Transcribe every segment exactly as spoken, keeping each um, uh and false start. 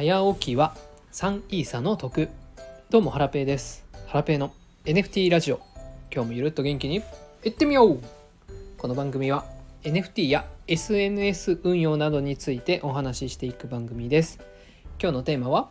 早起きはさんイーサの得。どうもハラペーです。ハラペーの エヌエフティー ラジオ、今日もゆるっと元気にいってみよう。この番組は エヌエフティー や エスエヌエス 運用などについてお話ししていく番組です。今日のテーマは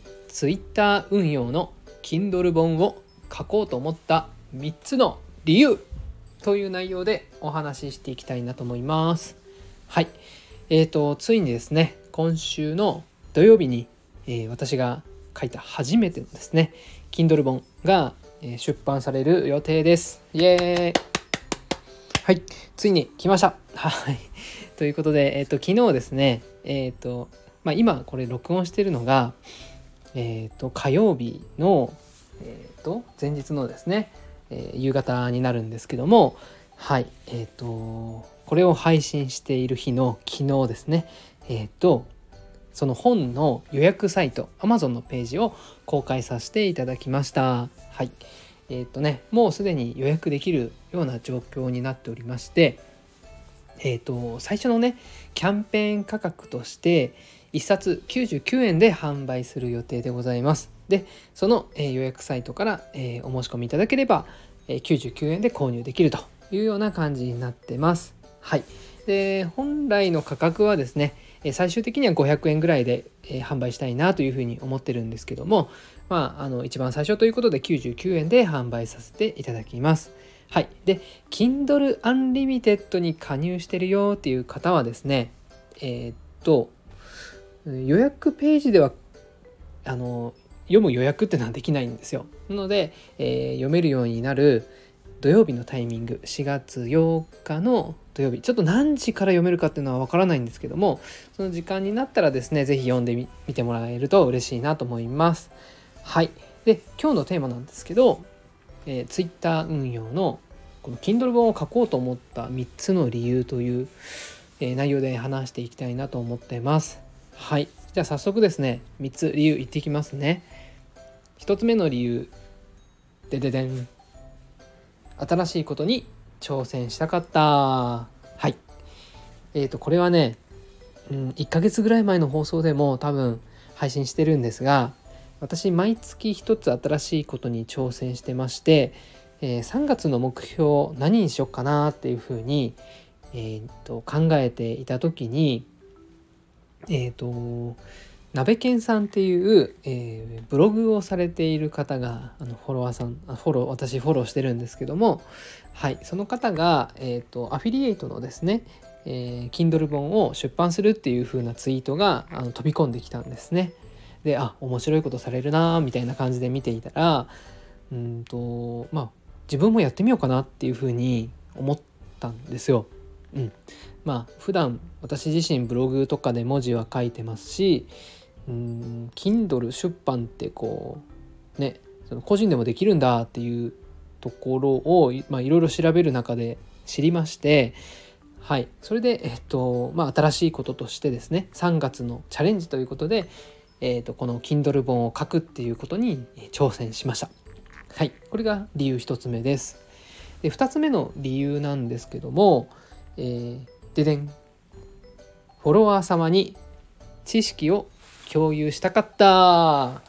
Twitter 運用の Kindle 本を書こうと思ったみっつの理由という内容でお話ししていきたいなと思います。はい、えーとついにですね、今週の土曜日に、えー、私が書いた初めてのですね Kindle 本が、えー、出版される予定です。イエーイ。はい、ついに来ました。はい、ということで、えーと昨日ですね、えーとまあ、今これ録音しているのが、えーと火曜日の、えーと前日のですね、えー、夕方になるんですけども、はい、えーとこれを配信している日の昨日ですね、えーとその本の予約サイト Amazon のページを公開させていただきました。はい、えーとねもうすでに予約できるような状況になっておりまして、えーと最初のねキャンペーン価格としていっさつきゅうじゅうきゅうえんで販売する予定でございます。でその、えー、予約サイトから、えー、お申し込みいただければ、えー、きゅうじゅうきゅうえんで購入できるというような感じになってます。はい、で本来の価格はですね、最終的にはごひゃくえんぐらいで販売したいなというふうに思ってるんですけども、まあ、あの一番最初ということできゅうじゅうきゅうえんで販売させていただきます。はい、で Kindle Unlimited に加入してるよっていう方はですね、えー、っと予約ページではあの読む予約ってのはできないんですよ。なので、えー、読めるようになる土曜日のタイミング、しがつようかの土曜日、ちょっと何時から読めるかっていうのはわからないんですけども、その時間になったらですね、ぜひ読んでみ見てもらえると嬉しいなと思います。はい、で今日のテーマなんですけど、えー、Twitter 運用のこの Kindle 本を書こうと思ったみっつの理由という、えー、内容で話していきたいなと思ってます。はい、じゃあ早速ですね、みっつ理由言っていきますね。ひとつめの理由、でででん、新しいことに挑戦したかった。はい、えーとこれはね、うん、いっかげつぐらい前の放送でも多分配信してるんですが、私毎月一つ新しいことに挑戦してまして、えー、さんがつの目標何にしよっかなっていうふうに、えー、と考えていた時に、えーと鍋健さんっていう、えー、ブログをされている方があのフォロワーさんフォロー私フォローしてるんですけども、はい、その方が、えーと、アフィリエイトのですね、えー、Kindle 本を出版するっていう風なツイートがあの飛び込んできたんですね。で、あ、面白いことされるなみたいな感じで見ていたら、うんとまあ自分もやってみようかなっていう風に思ったんですよ。うん、まあ普段私自身ブログとかで文字は書いてますし、うん Kindle 出版ってこうね、その個人でもできるんだっていうところをまあいろいろ調べる中で知りまして、はい、それでえっとまあ新しいこととしてですね、さんがつのチャレンジということで、えっとこの Kindle 本を書くっていうことに挑戦しました。はい、これが理由ひとつめです。でふたつめの理由なんですけども、えー、ででん、フォロワー様に知識を共有したかった。はい。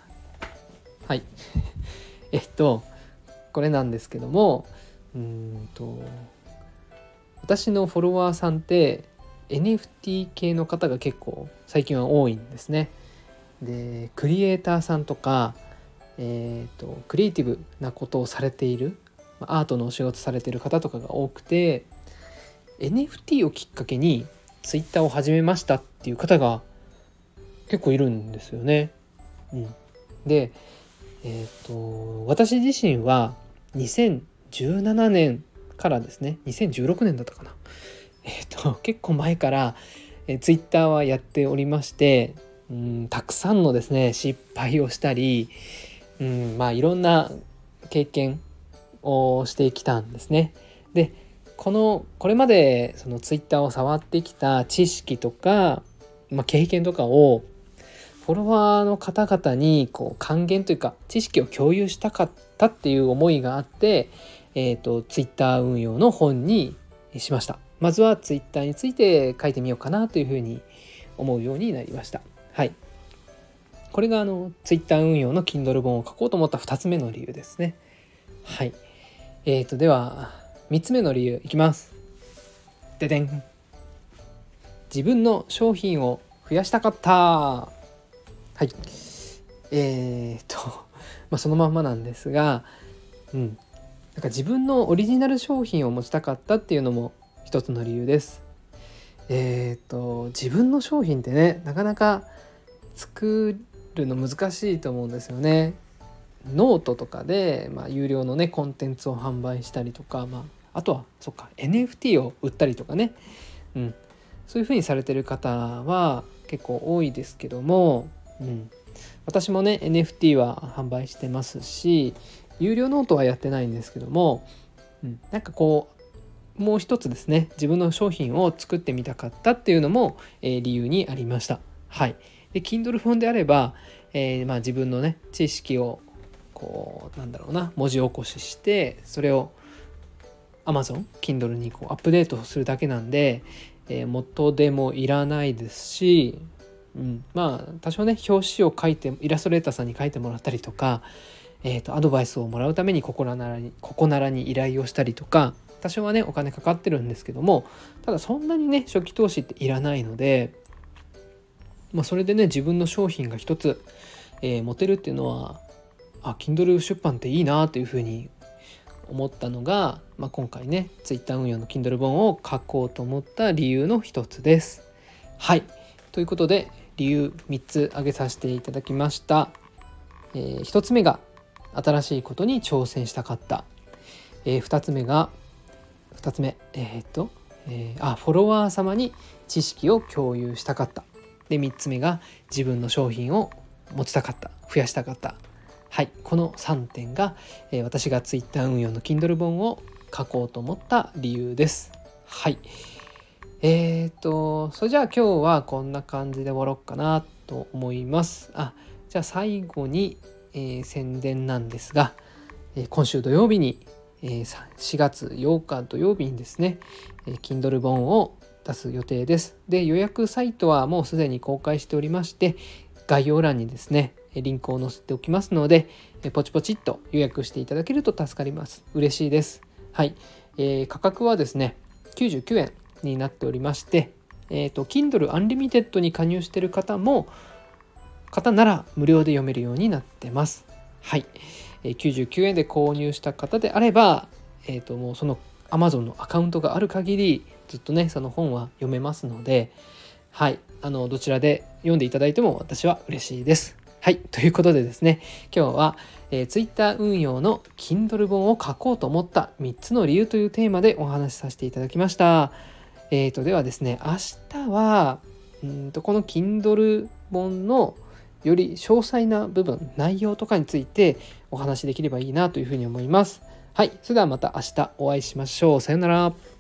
えっと、これなんですけども、うーんと、私のフォロワーさんって エヌエフティー 系の方が結構最近は多いんですね。で、クリエイターさんとか、えっと、クリエイティブなことをされている、アートのお仕事されている方とかが多くて、エヌエフティー をきっかけに Twitter を始めましたっていう方が結構いるんですよね。うん、で、えーと、私自身はにせんじゅうななねんからですね、にせんじゅうろくねんだったかな。えーと、結構前から、えー、Twitter はやっておりまして、うん、たくさんのですね、失敗をしたり、うん、まあいろんな経験をしてきたんですね。で、このこれまでその Twitter を触ってきた知識とか、まあ、経験とかをフォロワーの方々にこう還元というか知識を共有したかったっていう思いがあって、えーと、Twitter 運用の本にしました。まずは Twitter について書いてみようかなというふうに思うようになりました。はい。 これがあの Twitter 運用の Kindle 本を書こうと思ったふたつめの理由ですね。はい。えーとではみっつめの理由いきます。ででん。自分の商品を増やしたかった。はい。えーと、まあ、そのまんまなんですが、うん。なんか自分のオリジナル商品を持ちたかったっていうのも一つの理由です。えーと、自分の商品ってね、なかなか作るの難しいと思うんですよね。ノートとかで、まあ、有料のねコンテンツを販売したりとか、まあ、あとはそっか エヌエフティー を売ったりとかね、うん、そういう風にされてる方は結構多いですけども、うん、私もね エヌエフティー は販売してますし、有料ノートはやってないんですけども、うん、なんかこうもう一つですね、自分の商品を作ってみたかったっていうのも、えー、理由にありました。はい。で Kindle 本であれば、えーまあ、自分のね知識をこうなんだろうな文字起こしして、それを Amazon Kindle にこうアップデートするだけなんで、えー、元でもいらないですし、うん、まあ多少ね表紙を書いてイラストレーターさんに書いてもらったりとか、えー、とアドバイスをもらうためにここならにここならに依頼をしたりとか、多少はねお金かかってるんですけども、ただそんなにね初期投資っていらないので、まあ、それでね自分の商品が一つ、えー、持てるっていうのは、あ Kindle 出版っていいなというふうに思ったのが、まあ、今回ね Twitter 運用の Kindle 本を書こうと思った理由の一つです。はい、ということで理由みっつ挙げさせていただきました。えー、ひとつめが新しいことに挑戦したかった。えー、ふたつめがふたつめえー、っと、えー、あフォロワー様に知識を共有したかった。でみっつめが自分の商品を持ちたかった、増やしたかった。はい、このさんてんが、えー、私が Twitter 運用の Kindle 本を書こうと思った理由です。はい。えー、っとそれじゃあ今日はこんな感じで終わろうかなと思います。あ、じゃあ最後に、えー、宣伝なんですが、えー、今週土曜日に、えー、しがつようか土曜日にですね、えー、Kindle 本を出す予定です。で、予約サイトはもうすでに公開しておりまして、概要欄にですねリンクを載せておきますので、ポチポチっと予約していただけると助かります。嬉しいです。はい、えー、価格はですねきゅうじゅうきゅうえんになっておりまして、えーと Kindle Unlimited に加入している方も方なら無料で読めるようになってます。はい、えー、きゅうじゅうきゅうえんで購入した方であれば、えーともうその Amazon のアカウントがある限りずっとねその本は読めますので、はい、あのどちらで読んでいただいても私は嬉しいです。はい、ということでですね、今日は、えー、Twitter 運用の Kindle 本を書こうと思ったみっつの理由というテーマでお話しさせていただきました。えーとではですね、明日はうんとこの Kindle 本のより詳細な部分、内容とかについてお話しできればいいなというふうに思います。はい、それではまた明日お会いしましょう。さようなら。